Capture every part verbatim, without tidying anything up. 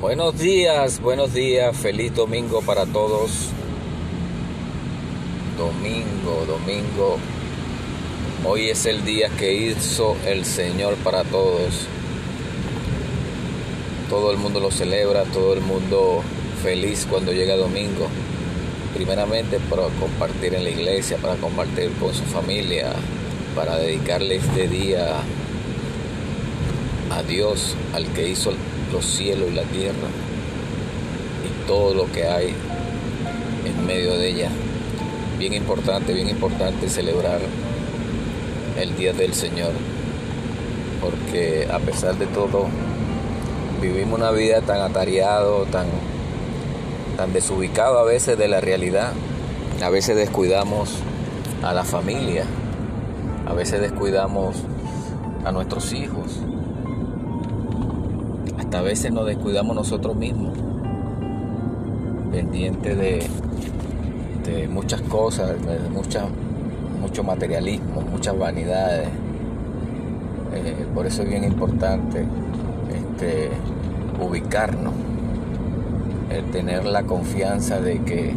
Buenos días, buenos días, feliz domingo para todos. Domingo, domingo. Hoy es el día que hizo el Señor para todos. Todo el mundo lo celebra, todo el mundo feliz cuando llega domingo. Primeramente para compartir en la iglesia, para compartir con su familia, para dedicarle este día a Dios, al que hizo los cielos y la tierra y todo lo que hay en medio de ella. Bien importante, bien importante celebrar el día del Señor, porque a pesar de todo vivimos una vida tan atareado, tan, tan desubicado a veces de la realidad. A veces descuidamos a la familia, a veces descuidamos a nuestros hijos, hasta a veces nos descuidamos nosotros mismos, pendientes de, de muchas cosas, de mucha, mucho materialismo, muchas vanidades. Eh, por eso es bien importante este, ubicarnos, el tener la confianza de que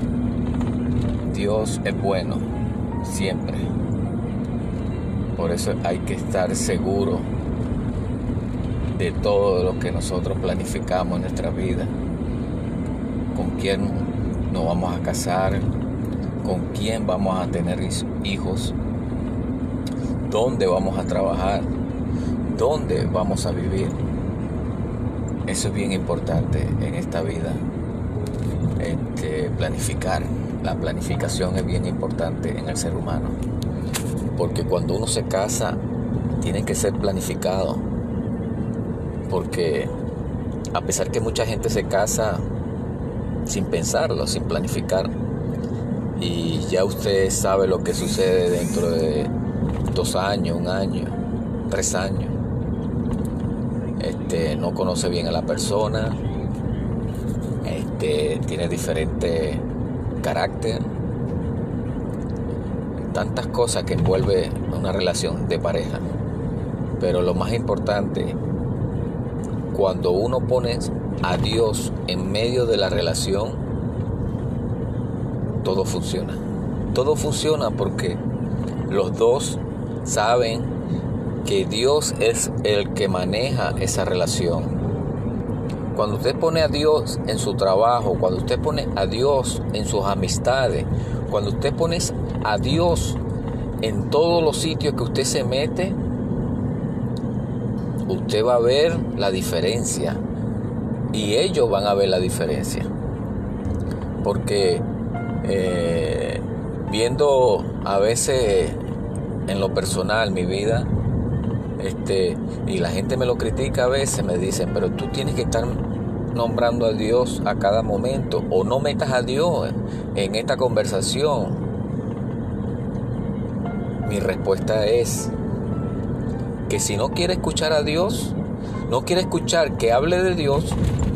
Dios es bueno siempre. Por eso hay que estar seguro de todo lo que nosotros planificamos en nuestra vida. Con quién nos vamos a casar, con quién vamos a tener hijos, dónde vamos a trabajar, dónde vamos a vivir. Eso es bien importante en esta vida. Este, planificar. La planificación es bien importante en el ser humano. Porque cuando uno se casa, tiene que ser planificado. Porque a pesar que mucha gente se casa sin pensarlo, sin planificar, y ya usted sabe lo que sucede dentro de dos años, un año, tres años. Este, no conoce bien a la persona, este, tiene diferente carácter, tantas cosas que envuelve una relación de pareja. Pero lo más importante, cuando uno pone a Dios en medio de la relación, todo funciona. Todo funciona porque los dos saben que Dios es el que maneja esa relación. Cuando usted pone a Dios en su trabajo, cuando usted pone a Dios en sus amistades, cuando usted pone a Dios en todos los sitios que usted se mete, usted va a ver la diferencia y ellos van a ver la diferencia. Porque eh, viendo a veces en lo personal mi vida, este, y la gente me lo critica a veces, me dicen, pero tú tienes que estar nombrando a Dios a cada momento, o no metas a Dios en esta conversación. Mi respuesta es que si no quiere escuchar a Dios, no quiere escuchar que hable de Dios,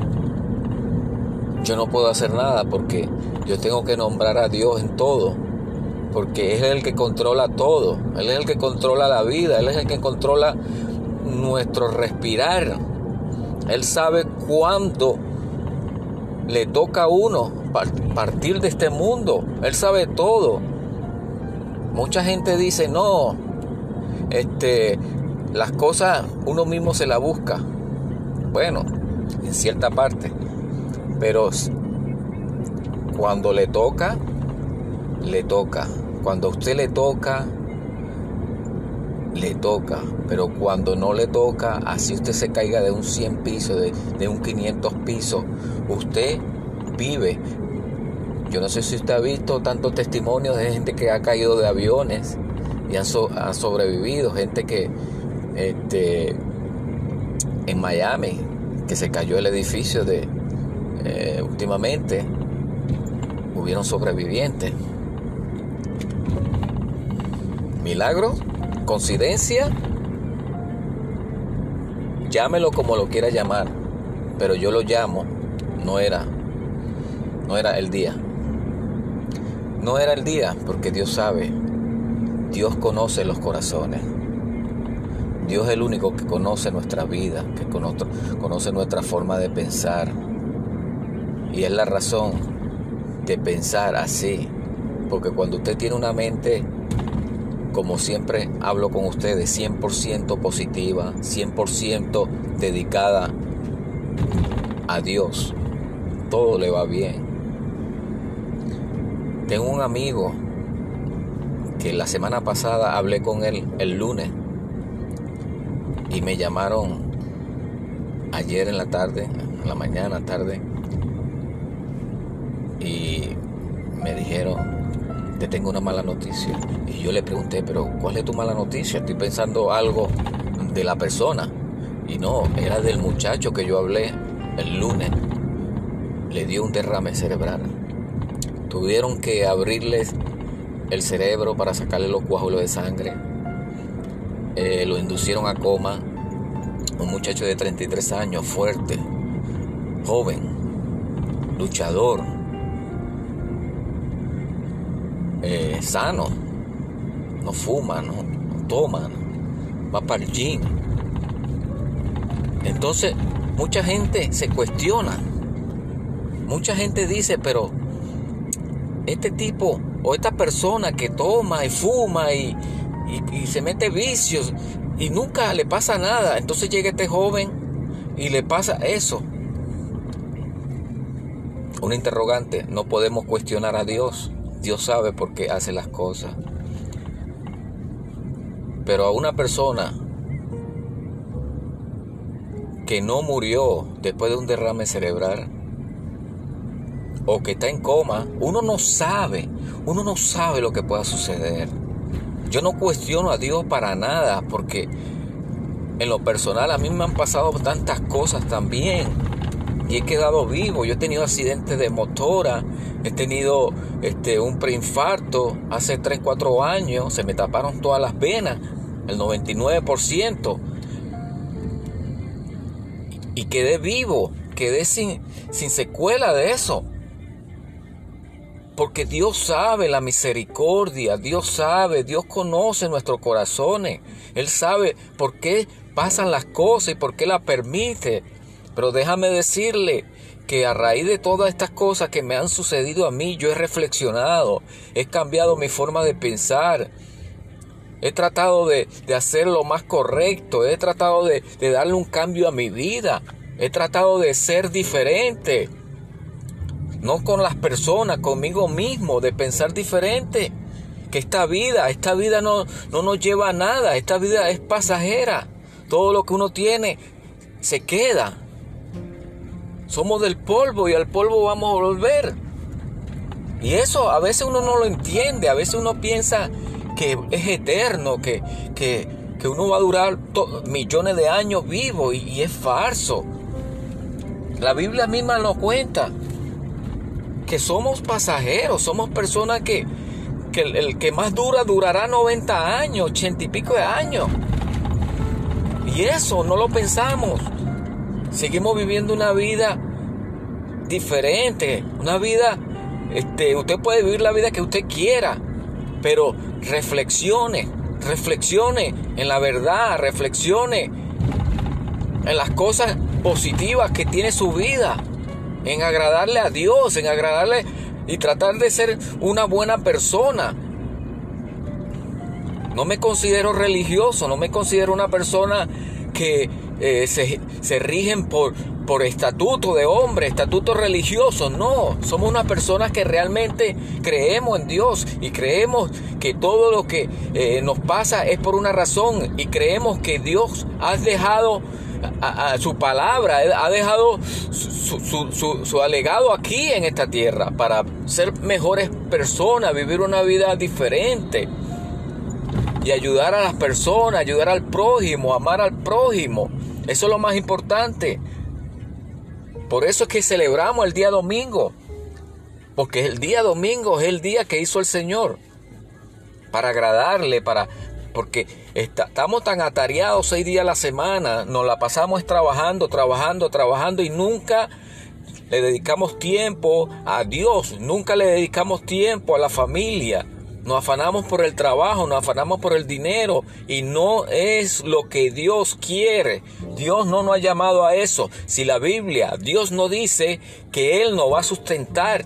yo no puedo hacer nada, porque yo tengo que nombrar a Dios en todo, porque Él es el que controla todo. Él es el que controla la vida, Él es el que controla nuestro respirar. Él sabe cuándo le toca a uno partir de este mundo. Él sabe todo. Mucha gente dice, no, este, las cosas uno mismo se las busca. Bueno, en cierta parte. Pero cuando le toca, le toca. Cuando a usted le toca, le toca. Pero cuando no le toca, así usted se caiga de un cien pisos, de, de un quinientos pisos, usted vive. Yo no sé si usted ha visto tantos testimonios de gente que ha caído de aviones y han, so, han sobrevivido. Gente que este, en Miami, que se cayó el edificio de eh, últimamente, hubieron sobrevivientes. ¿Milagro? ¿Coincidencia? Llámelo como lo quiera llamar, pero yo lo llamo, no era, no era el día. No era el día, porque Dios sabe, Dios conoce los corazones. Dios es el único que conoce nuestra vida, que conoce nuestra forma de pensar. Y es la razón de pensar así. Porque cuando usted tiene una mente, como siempre hablo con ustedes, cien por ciento positiva, cien por ciento dedicada a Dios, todo le va bien. Tengo un amigo que la semana pasada hablé con él el lunes y me llamaron ayer en la tarde, en la mañana, tarde, y me dijeron: te tengo una mala noticia. Y yo le pregunté: pero ¿cuál es tu mala noticia? Estoy pensando algo de la persona. Y no, era del muchacho que yo hablé el lunes. Le dio un derrame cerebral. Tuvieron que abrirles el cerebro para sacarle los coágulos de sangre. Eh, lo inducieron a coma. Un muchacho de treinta y tres años, fuerte, joven, luchador, eh, sano, no fuma, no, no toma, no, va para el gym. Entonces, mucha gente se cuestiona. Mucha gente dice: pero este tipo o esta persona que toma y fuma y, y, y se mete vicios y nunca le pasa nada, entonces llega este joven y le pasa eso. Un interrogante: no podemos cuestionar a Dios. Dios sabe por qué hace las cosas. Pero a una persona que no murió después de un derrame cerebral o que está en coma, uno no sabe, uno no sabe lo que pueda suceder. Yo no cuestiono a Dios para nada, porque en lo personal a mí me han pasado tantas cosas también y he quedado vivo. Yo he tenido accidentes de motora, he tenido este, un preinfarto hace tres, cuatro años, se me taparon todas las venas, el noventa y nueve por ciento, y quedé vivo, quedé sin, sin secuela de eso. Porque Dios sabe la misericordia, Dios sabe, Dios conoce nuestros corazones. Él sabe por qué pasan las cosas y por qué las permite. Pero déjame decirle que a raíz de todas estas cosas que me han sucedido a mí, yo he reflexionado, he cambiado mi forma de pensar. He tratado de, de hacer lo más correcto, he tratado de, de darle un cambio a mi vida. He tratado de ser diferente. No con las personas, conmigo mismo, de pensar diferente. Que esta vida, esta vida no, no nos lleva a nada. Esta vida es pasajera. Todo lo que uno tiene se queda. Somos del polvo y al polvo vamos a volver. Y eso a veces uno no lo entiende. A veces uno piensa que es eterno, que, que, que uno va a durar to- millones de años vivo. Y, y es falso. La Biblia misma nos cuenta que somos pasajeros, somos personas que, que el, el que más dura, durará noventa años, ochenta y pico de años. Y eso no lo pensamos. Seguimos viviendo una vida diferente, una vida, este, usted puede vivir la vida que usted quiera, pero reflexione, reflexione en la verdad, reflexione en las cosas positivas que tiene su vida, en agradarle a Dios, en agradarle y tratar de ser una buena persona. No me considero religioso, no me considero una persona que eh, se, se rigen por, por estatuto de hombre, estatutos religiosos. No, somos unas personas que realmente creemos en Dios y creemos que todo lo que eh, nos pasa es por una razón, y creemos que Dios ha dejado A, a su palabra, ha dejado su, su, su, su legado aquí en esta tierra para ser mejores personas, vivir una vida diferente y ayudar a las personas, ayudar al prójimo, amar al prójimo. Eso es lo más importante. Por eso es que celebramos el día domingo, porque el día domingo es el día que hizo el Señor para agradarle, para porque está, estamos tan atareados seis días a la semana, nos la pasamos trabajando, trabajando, trabajando y nunca le dedicamos tiempo a Dios, nunca le dedicamos tiempo a la familia, nos afanamos por el trabajo, nos afanamos por el dinero y no es lo que Dios quiere. Dios no nos ha llamado a eso. Si la Biblia, Dios no dice que Él nos va a sustentar.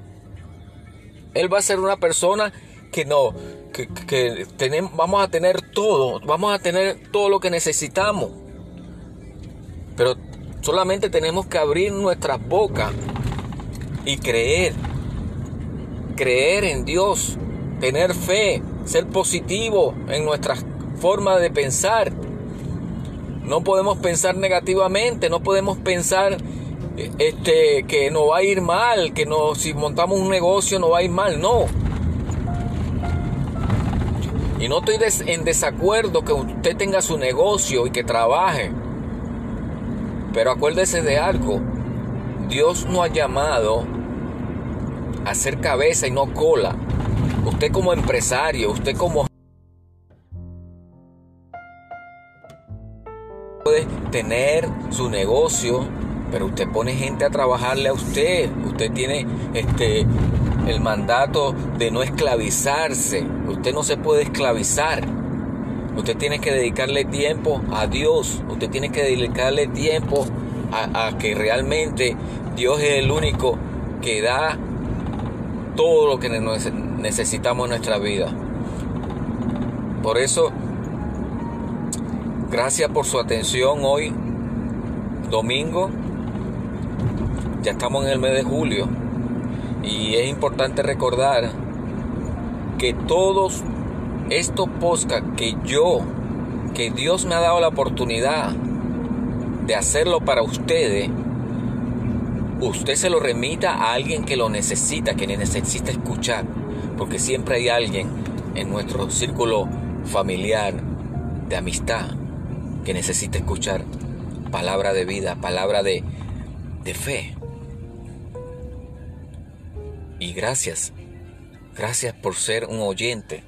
Él va a ser una persona que no, que, que tenemos, vamos a tener todo, vamos a tener todo lo que necesitamos. Pero solamente tenemos que abrir nuestras bocas y creer. Creer en Dios, tener fe, ser positivo en nuestra forma de pensar. No podemos pensar negativamente, no podemos pensar este, que nos va a ir mal, que no, si montamos un negocio nos va a ir mal, no. Y no estoy des, en desacuerdo que usted tenga su negocio y que trabaje. Pero acuérdese de algo, Dios nos ha llamado a ser cabeza y no cola. Usted como empresario, usted como puede tener su negocio, pero usted pone gente a trabajarle a usted. Usted tiene este el mandato de no esclavizarse. Usted no se puede esclavizar. Usted tiene que dedicarle tiempo a Dios. Usted tiene que dedicarle tiempo a, a que realmente Dios es el único que da todo lo que necesitamos en nuestra vida. Por eso, gracias por su atención hoy, domingo. Ya estamos en el mes de julio. Y es importante recordar que todos estos podcasts que yo, que Dios me ha dado la oportunidad de hacerlo para ustedes, usted se lo remita a alguien que lo necesita, que necesita escuchar, porque siempre hay alguien en nuestro círculo familiar de amistad que necesita escuchar palabra de vida, palabra de, de fe. Y gracias, gracias por ser un oyente.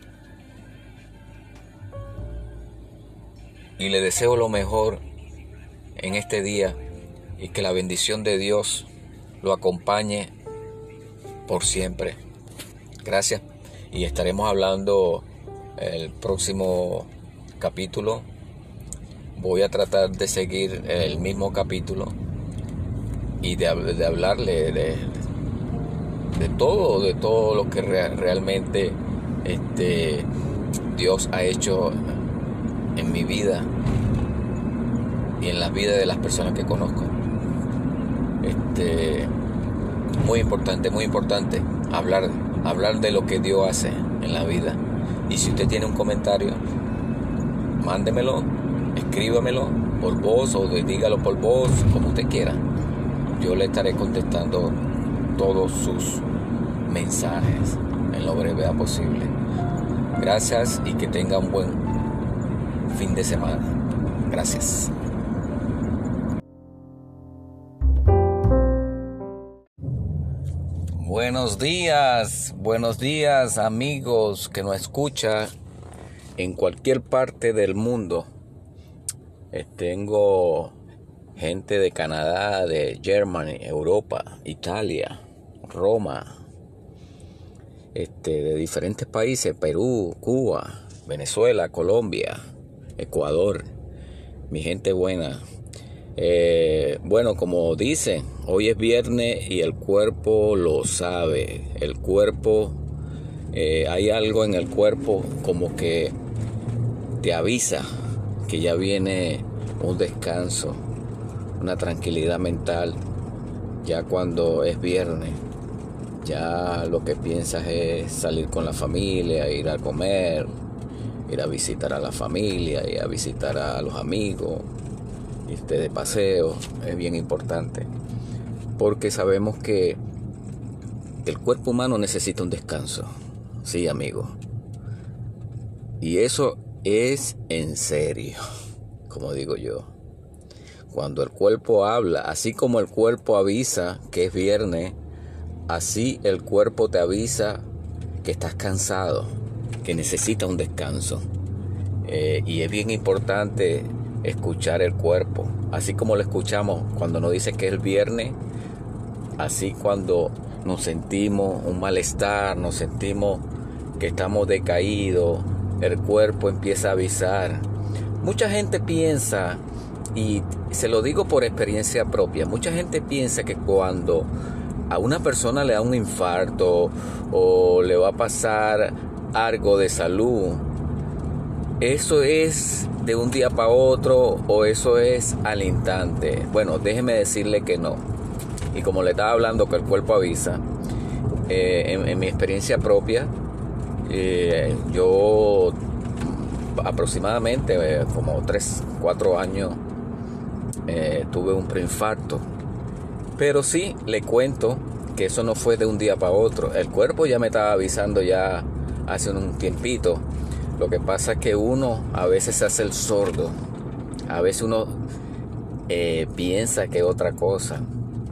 Y le deseo lo mejor en este día y que la bendición de Dios lo acompañe por siempre. Gracias, y estaremos hablando el próximo capítulo. Voy a tratar de seguir el mismo capítulo y de, de hablarle de, de todo, de todo lo que re, realmente este, Dios ha hecho en mi vida y en la vida de las personas que conozco. Este, muy importante, muy importante hablar, hablar de lo que Dios hace en la vida. Y si usted tiene un comentario, mándemelo, escríbamelo por voz o dígalo por voz, como usted quiera. Yo le estaré contestando todos sus mensajes en lo brevedad posible. Gracias y que tenga un buen fin de semana. Gracias. Buenos días, buenos días amigos que nos escuchan en cualquier parte del mundo. Eh, tengo gente de Canadá, de Germany, Europa, Italia, Roma, este, de diferentes países, Perú, Cuba, Venezuela, Colombia, Ecuador, mi gente buena. Eh, bueno, como dicen, hoy es viernes y el cuerpo lo sabe. El cuerpo, eh, hay algo en el cuerpo como que te avisa que ya viene un descanso, una tranquilidad mental. Ya cuando es viernes, ya lo que piensas es salir con la familia, ir a comer, ir a visitar a la familia, ir a visitar a los amigos, irte de paseo. Es bien importante porque sabemos que el cuerpo humano necesita un descanso. Sí, amigo. Y eso es en serio, como digo yo. Cuando el cuerpo habla, así como el cuerpo avisa que es viernes, así el cuerpo te avisa que estás cansado, que necesitas un descanso. Eh, y es bien importante escuchar el cuerpo, así como lo escuchamos cuando nos dice que es el viernes, así cuando nos sentimos un malestar, nos sentimos que estamos decaídos, el cuerpo empieza a avisar. Mucha gente piensa, y se lo digo por experiencia propia, mucha gente piensa que cuando a una persona le da un infarto o le va a pasar algo de salud, eso es de un día para otro o eso es al instante. Bueno, déjeme decirle que no. Y como le estaba hablando que el cuerpo avisa, eh, en, en mi experiencia propia, eh, yo aproximadamente eh, como tres, cuatro años eh, tuve un preinfarto. Pero sí, le cuento que eso no fue de un día para otro. El cuerpo ya me estaba avisando ya hace un tiempito. Lo que pasa es que uno a veces se hace el sordo. A veces uno eh, piensa que es otra cosa.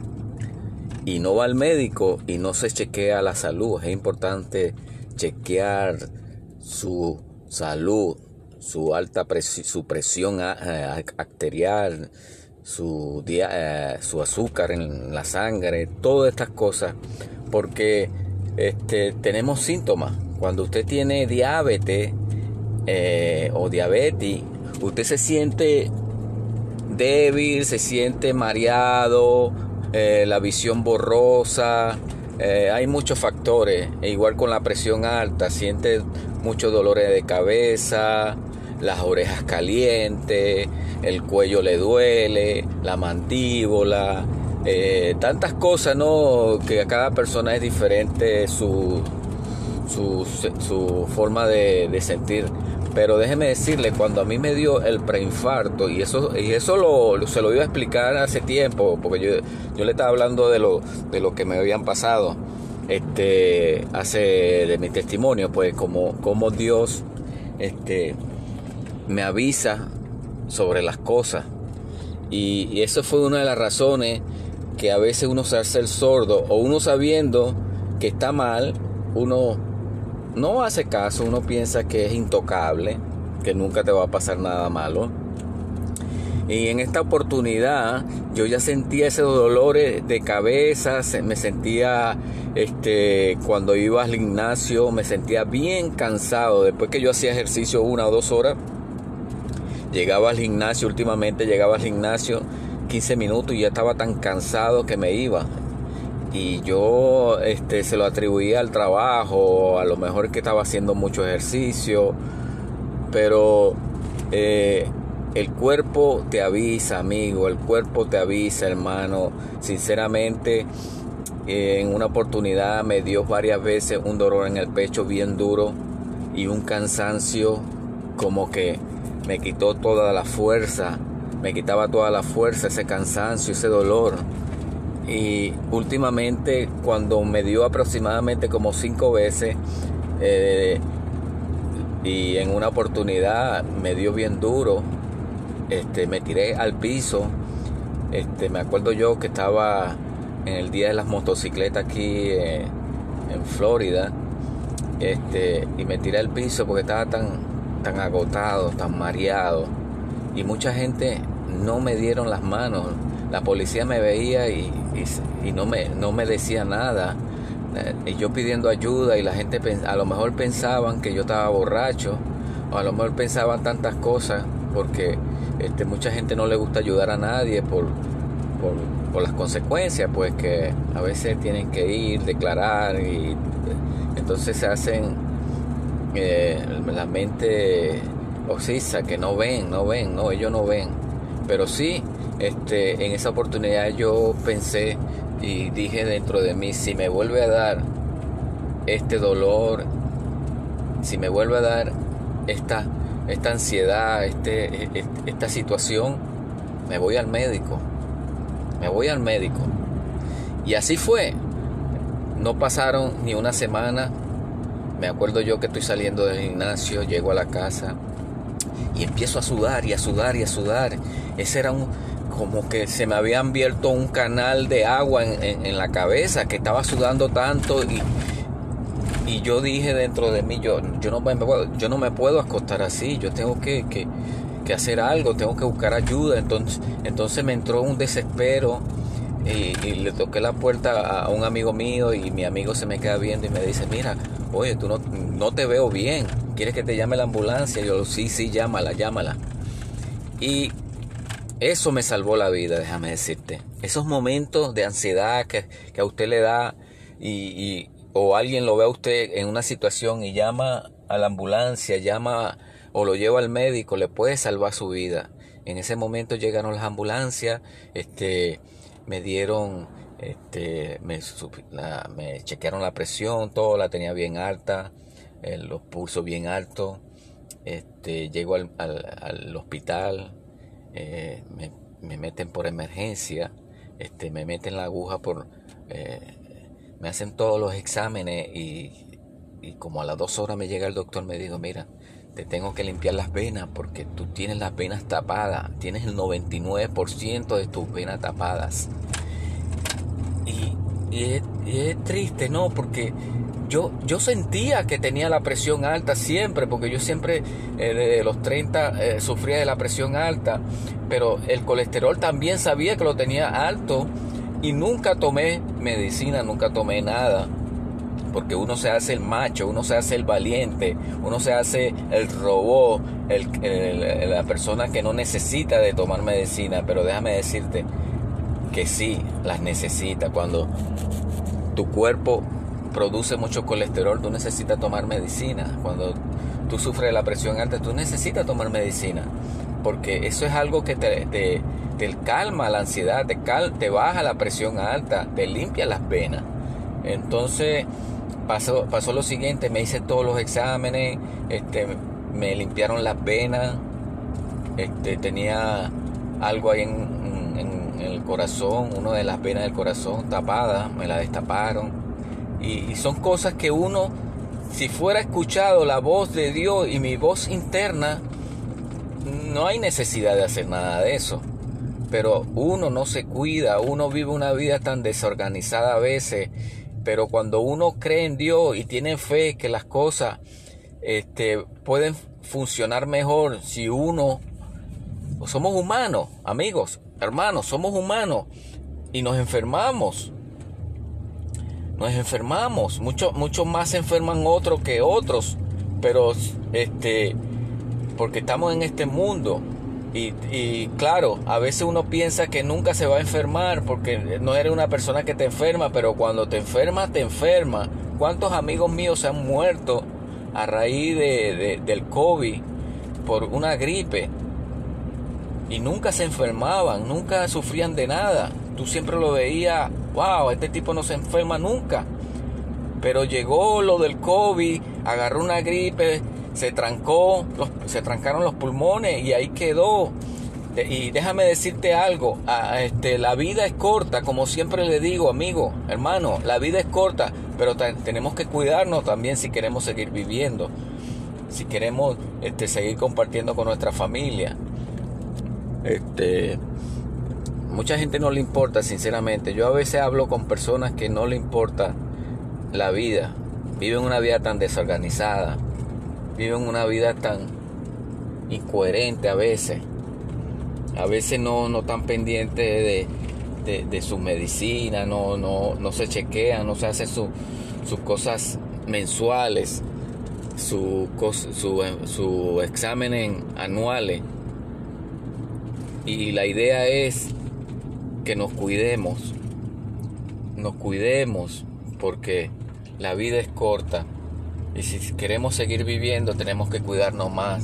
Y no va al médico y no se chequea la salud. Es importante chequear su salud, su alta presión, su presión arterial, su, eh, su azúcar en la sangre, todas estas cosas. Porque este, tenemos síntomas. Cuando usted tiene diabetes, Eh, o diabetes, usted se siente débil, se siente mareado, eh, la visión borrosa, eh, hay muchos factores. E igual con la presión alta, siente muchos dolores de cabeza, las orejas calientes, el cuello le duele, la mandíbula, eh, tantas cosas, ¿no? Que a cada persona es diferente su, su, su forma de, de sentir. Pero déjeme decirle, cuando a mí me dio el preinfarto, y eso y eso lo, se lo iba a explicar hace tiempo, porque yo, yo le estaba hablando de lo, de lo que me habían pasado, este, hace de mi testimonio, pues como, como Dios este, me avisa sobre las cosas. Y, y eso fue una de las razones que a veces uno se hace el sordo, o uno sabiendo que está mal, uno no hace caso, uno piensa que es intocable, que nunca te va a pasar nada malo. Y en esta oportunidad yo ya sentía esos dolores de cabeza, me sentía, este, cuando iba al gimnasio, me sentía bien cansado. Después que yo hacía ejercicio una o dos horas, llegaba al gimnasio, últimamente llegaba al gimnasio quince minutos y ya estaba tan cansado que me iba. Y yo este, se lo atribuía al trabajo, a lo mejor que estaba haciendo mucho ejercicio, pero eh, el cuerpo te avisa, amigo, el cuerpo te avisa, hermano. Sinceramente, eh, en una oportunidad me dio varias veces un dolor en el pecho bien duro y un cansancio como que me quitó toda la fuerza, me quitaba toda la fuerza, ese cansancio, ese dolor. Y últimamente, cuando me dio aproximadamente como cinco veces, eh, y en una oportunidad me dio bien duro, este, me tiré al piso. Este, me acuerdo yo que estaba en el día de las motocicletas aquí eh, en Florida, este, y me tiré al piso porque estaba tan, tan agotado, tan mareado, y mucha gente no me dieron las manos. La policía me veía y, y, y no, me, no me decía nada. Y yo pidiendo ayuda y la gente a lo mejor pensaban que yo estaba borracho, o a lo mejor pensaban tantas cosas, porque este, mucha gente no le gusta ayudar a nadie por, por, por las consecuencias, pues que a veces tienen que ir, declarar, y entonces se hacen eh, la mente ocisa, que no ven, no ven, no, ellos no ven. Pero sí, este, en esa oportunidad yo pensé y dije dentro de mí, si me vuelve a dar este dolor, si me vuelve a dar esta, esta ansiedad, este, este, esta situación, me voy al médico, me voy al médico. Y así fue. No pasaron ni una semana. Me acuerdo yo que estoy saliendo del gimnasio, llego a la casa y empiezo a sudar y a sudar y a sudar. Ese era un, como que se me había abierto un canal de agua en, en, en la cabeza, que estaba sudando tanto, y, y yo dije dentro de mí, yo, yo, no me puedo, yo no me puedo acostar así, yo tengo que, que, que hacer algo, tengo que buscar ayuda. Entonces, entonces me entró un desespero y, y le toqué la puerta a un amigo mío, y mi amigo se me queda viendo y me dice, mira, oye, tú no, no te veo bien, ¿quieres que te llame la ambulancia? Y yo, sí, sí, llámala, llámala. Y eso me salvó la vida, déjame decirte. Esos momentos de ansiedad que, que a usted le da y, y o alguien lo ve a usted en una situación y llama a la ambulancia, llama o lo lleva al médico, le puede salvar su vida. En ese momento llegaron las ambulancias, este, me dieron, este, me, la, me chequearon la presión, todo la tenía bien alta, eh, los pulsos bien altos. Este, llego al, al, al hospital, eh, me, me meten por emergencia, este, me meten la aguja por, eh, me hacen todos los exámenes y, y como a las dos horas me llega el doctor, me dijo, mira, te tengo que limpiar las venas porque tú tienes las venas tapadas, tienes el noventa y nueve por ciento de tus venas tapadas. Y, y, es, y es triste, ¿no? Porque yo, yo sentía que tenía la presión alta siempre, porque yo siempre eh, de los treinta eh, sufría de la presión alta, pero el colesterol también sabía que lo tenía alto y nunca tomé medicina, nunca tomé nada. Porque uno se hace el macho, uno se hace el valiente, uno se hace el robot, el, el, la persona que no necesita de tomar medicina. Pero déjame decirte que sí, las necesita. Cuando tu cuerpo produce mucho colesterol, tú necesitas tomar medicina. Cuando tú sufres de la presión alta, tú necesitas tomar medicina. Porque eso es algo que te, te, te calma la ansiedad, te, cal, te baja la presión alta, te limpia las venas. Entonces pasó, pasó lo siguiente, me hice todos los exámenes, este, me limpiaron las venas, este, tenía algo ahí en, en, en el corazón, una de las venas del corazón tapada, me la destaparon. Y, y son cosas que uno, si fuera escuchado la voz de Dios y mi voz interna, no hay necesidad de hacer nada de eso. Pero uno no se cuida, uno vive una vida tan desorganizada a veces. Pero cuando uno cree en Dios y tiene fe que las cosas este, pueden funcionar mejor, si uno, somos humanos, amigos, hermanos, somos humanos y nos enfermamos, nos enfermamos, mucho, mucho más se enferman otros que otros, pero este, porque estamos en este mundo. Y, y claro, a veces uno piensa que nunca se va a enfermar porque no eres una persona que te enferma, pero cuando te enfermas, te enferma. ¿Cuántos amigos míos se han muerto a raíz de, de, del COVID por una gripe? Y nunca se enfermaban, nunca sufrían de nada. Tú siempre lo veías, wow, este tipo no se enferma nunca. Pero llegó lo del COVID, agarró una gripe, se trancó, los, se trancaron los pulmones y ahí quedó. Y déjame decirte algo, a, este, la vida es corta, como siempre le digo, amigo, hermano, la vida es corta, pero t- tenemos que cuidarnos también si queremos seguir viviendo, si queremos este, seguir compartiendo con nuestra familia. Este, mucha gente no le importa, sinceramente. Yo a veces hablo con personas que no le importa la vida, viven una vida tan desorganizada, viven una vida tan incoherente a veces. A veces no, no están pendientes de, de, de su medicina, no, no, no se chequean, no se hacen su, sus cosas mensuales, su, su, su exámenes anuales. Y la idea es que nos cuidemos, nos cuidemos porque la vida es corta. Y si queremos seguir viviendo, tenemos que cuidarnos más.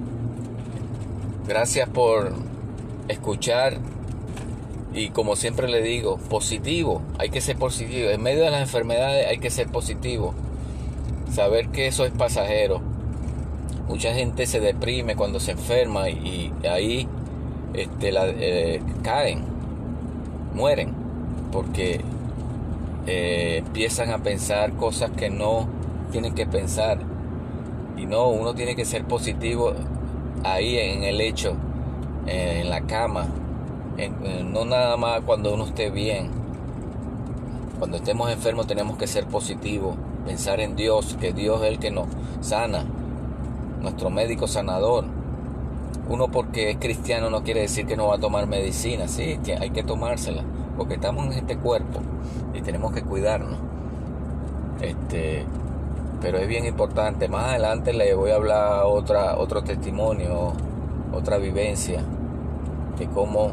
Gracias por escuchar. Y como siempre le digo, positivo. Hay que ser positivo. En medio de las enfermedades hay que ser positivo. Saber que eso es pasajero. Mucha gente se deprime cuando se enferma y, y ahí este, la, eh, caen, mueren. Porque eh, empiezan a pensar cosas que no tienen que pensar. Y no, uno tiene que ser positivo ahí en el lecho, eh, en la cama, en, en, no nada más cuando uno esté bien. Cuando estemos enfermos tenemos que ser positivos, pensar en Dios, que Dios es el que nos sana, nuestro médico sanador. Uno porque es cristiano no quiere decir que no va a tomar medicina. Sí, hay que tomársela, porque estamos en este cuerpo y tenemos que cuidarnos. Este pero es bien importante. Más adelante le voy a hablar otra, otro testimonio, otra vivencia de cómo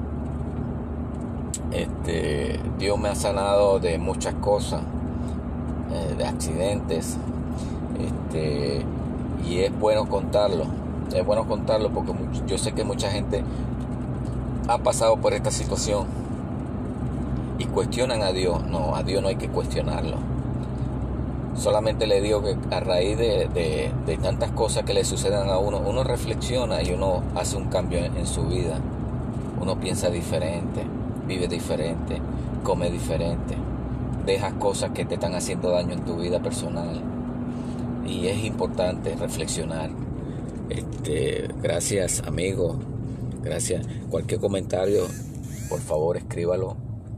este, Dios me ha sanado de muchas cosas, eh, de accidentes, este, y es bueno contarlo, es bueno contarlo porque yo sé que mucha gente ha pasado por esta situación y cuestionan a Dios. No, a Dios no hay que cuestionarlo. Solamente le digo que a raíz de, de, de tantas cosas que le sucedan a uno, uno reflexiona y uno hace un cambio en, en su vida. Uno piensa diferente, vive diferente, come diferente, dejas cosas que te están haciendo daño en tu vida personal. Y es importante reflexionar. Este, gracias, amigo. Gracias. Cualquier comentario, por favor, escríbalo.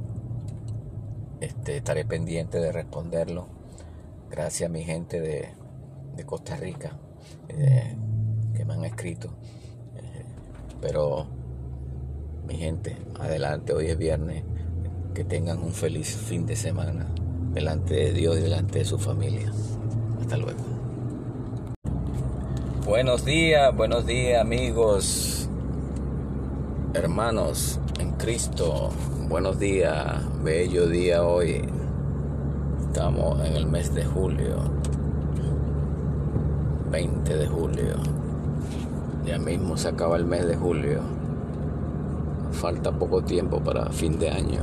Este, estaré pendiente de responderlo. Gracias a mi gente de, de Costa Rica eh, que me han escrito. Eh, pero, mi gente, adelante, hoy es viernes. Que tengan un feliz fin de semana delante de Dios y delante de su familia. Hasta luego. Buenos días, buenos días, amigos, hermanos en Cristo. Buenos días, bello día hoy. Estamos en el mes de julio, veinte de julio. Ya mismo se acaba el mes de julio. Falta poco tiempo para fin de año.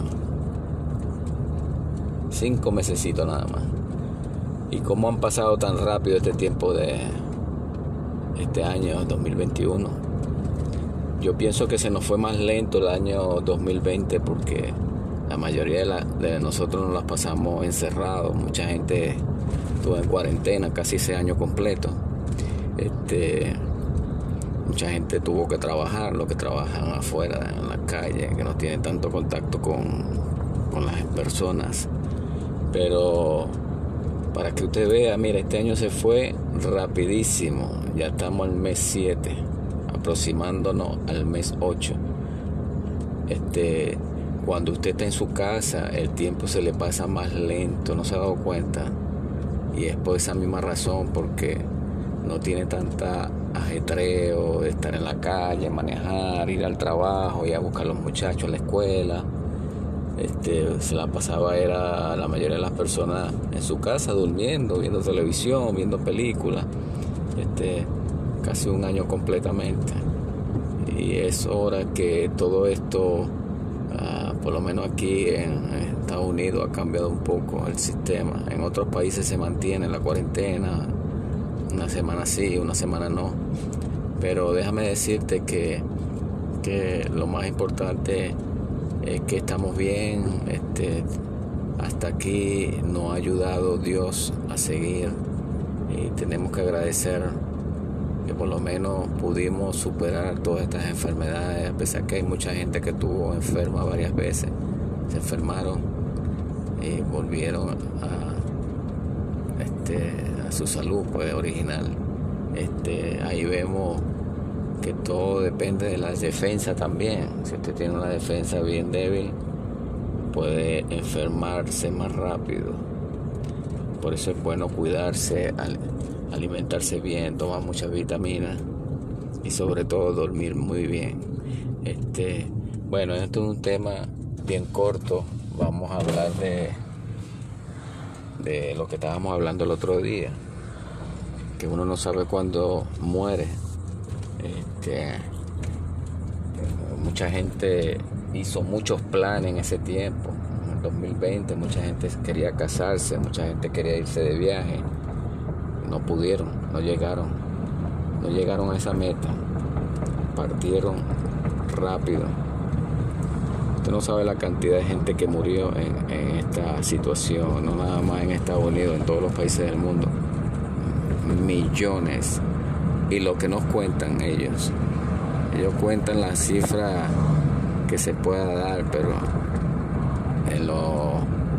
Cinco mesecitos nada más. ¿Y cómo han pasado tan rápido este tiempo de este año dos mil veintiuno? Yo pienso que se nos fue más lento el año dos mil veinte porque la mayoría de, la, de nosotros nos las pasamos encerrados. Mucha gente estuvo en cuarentena casi ese año completo. Este, mucha gente tuvo que trabajar, los que trabajan afuera, en la calle, que no tienen tanto contacto con, con las personas. Pero para que usted vea, mira, este año se fue rapidísimo. Ya estamos al mes siete, aproximándonos al mes ocho. Este, cuando usted está en su casa, el tiempo se le pasa más lento, ¿no se ha dado cuenta? Y es por esa misma razón, porque no tiene tanta ajetreo de estar en la calle, manejar, ir al trabajo, ir a buscar a los muchachos a la escuela. Este, se la pasaba, era la mayoría de las personas en su casa durmiendo, viendo televisión, viendo películas, este, casi un año completamente. Y es hora que todo esto, uh, por lo menos aquí en Estados Unidos, ha cambiado un poco el sistema. En otros países se mantiene la cuarentena, una semana sí, una semana no. Pero déjame decirte que, que lo más importante es que estamos bien. Este, hasta aquí nos ha ayudado Dios a seguir y tenemos que agradecer que por lo menos pudimos superar todas estas enfermedades, a pesar que hay mucha gente que estuvo enferma varias veces, se enfermaron y volvieron a, este, a su salud pues original. Este, ahí vemos que todo depende de la defensa también. Si usted tiene una defensa bien débil, puede enfermarse más rápido. Por eso es bueno cuidarse, alimentarse bien, tomar muchas vitaminas y sobre todo dormir muy bien. Este, bueno, esto es un tema bien corto. Vamos a hablar de, de lo que estábamos hablando el otro día, que uno no sabe cuándo muere. Este, mucha gente hizo muchos planes en ese tiempo, en el dos mil veinte. Mucha gente quería casarse, mucha gente quería irse de viaje, no pudieron, no llegaron, no llegaron a esa meta, partieron rápido. Usted no sabe la cantidad de gente que murió en, en esta situación, no nada más en Estados Unidos, en todos los países del mundo, millones. Y lo que nos cuentan ellos, ellos cuentan la cifra que se pueda dar, pero en lo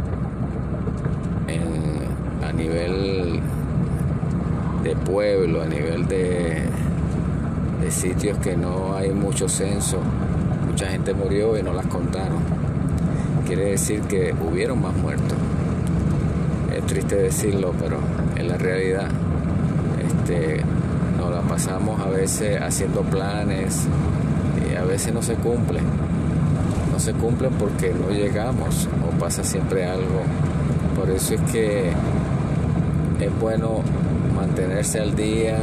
en, a nivel de pueblo, a nivel de, de sitios que no hay mucho censo, mucha gente murió y no las contaron. Quiere decir que hubieron más muertos. Es triste decirlo, pero es la realidad. Este, nos la pasamos a veces haciendo planes y a veces no se cumplen. No se cumplen porque no llegamos o pasa siempre algo. Por eso es que es bueno mantenerse al día,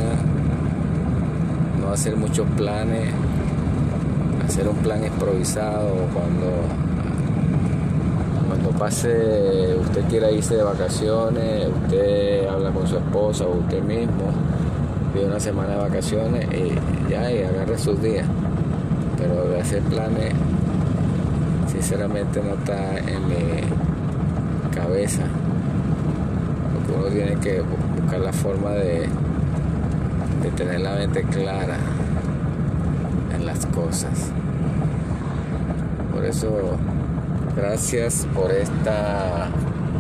no hacer muchos planes, hacer un plan improvisado cuando, cuando pase, usted quiera irse de vacaciones, usted habla con su esposa o usted mismo, pide una semana de vacaciones y ya, y agarre sus días. Pero de hacer planes, sinceramente no está en mi cabeza, porque uno tiene que buscar la forma de, de tener la mente clara en las cosas. Por eso, gracias por esta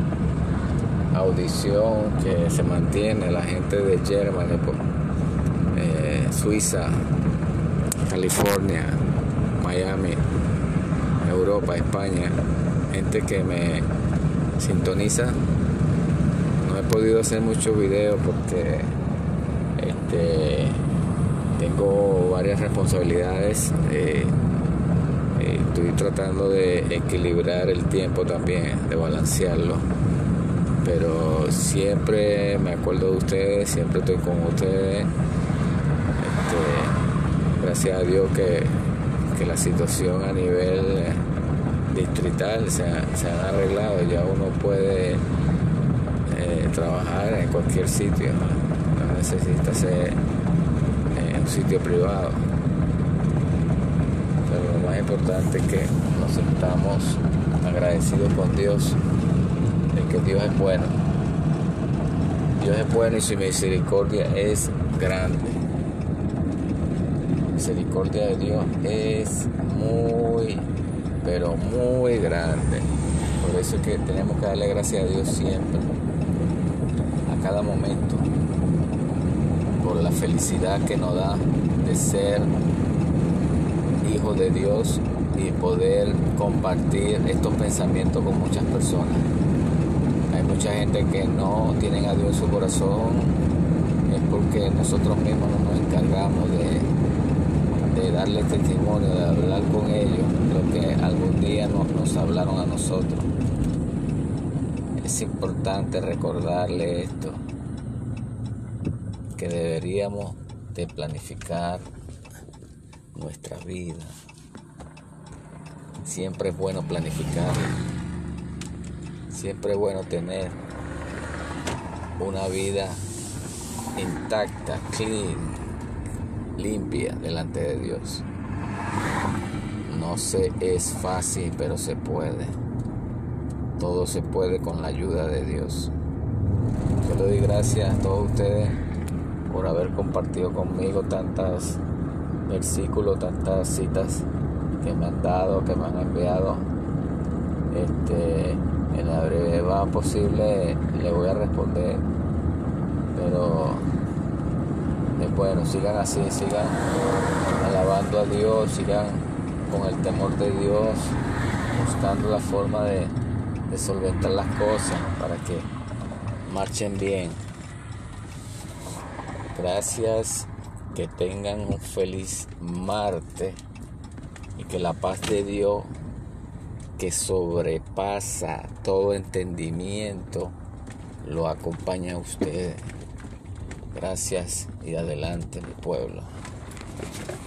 audición que se mantiene, la gente de Germany, eh, Suiza, California, Miami, Europa, España, gente que me sintoniza. No he podido hacer muchos videos porque este, tengo varias responsabilidades. Eh, eh, estoy tratando de equilibrar el tiempo también, de balancearlo. Pero siempre me acuerdo de ustedes, siempre estoy con ustedes. Este, gracias a Dios que, que la situación a nivel eh, distrital se, ha, se han arreglado. Ya uno puede eh, trabajar en cualquier sitio, no, no necesita ser en un sitio privado. Pero lo más importante es que nos sintamos agradecidos con Dios, de que Dios es bueno. Dios es bueno y su misericordia es grande. La misericordia de Dios es muy, pero muy grande. Por eso es que tenemos que darle gracias a Dios siempre, a cada momento, por la felicidad que nos da de ser hijos de Dios y poder compartir estos pensamientos con muchas personas. Hay mucha gente que no tienen a Dios en su corazón, es porque nosotros mismos no nos encargamos de, de darle testimonio, de hablar con ellos lo que algún día nos, nos hablaron a nosotros. Es importante recordarle esto, que deberíamos de planificar nuestra vida. Siempre es bueno planificar. Siempre es bueno tener una vida intacta, clean, limpia delante de Dios. No se es fácil, pero se puede. Todo se puede con la ayuda de Dios. Yo le doy gracias a todos ustedes por haber compartido conmigo tantos versículos, tantas citas que me han dado, que me han enviado. Este, en la brevedad posible le voy a responder, pero es bueno, sigan así, sigan alabando a Dios, sigan con el temor de Dios, buscando la forma de, de solventar las cosas para que marchen bien. Gracias, que tengan un feliz martes y que la paz de Dios, que sobrepasa todo entendimiento, lo acompaña a ustedes. Gracias y adelante, mi pueblo.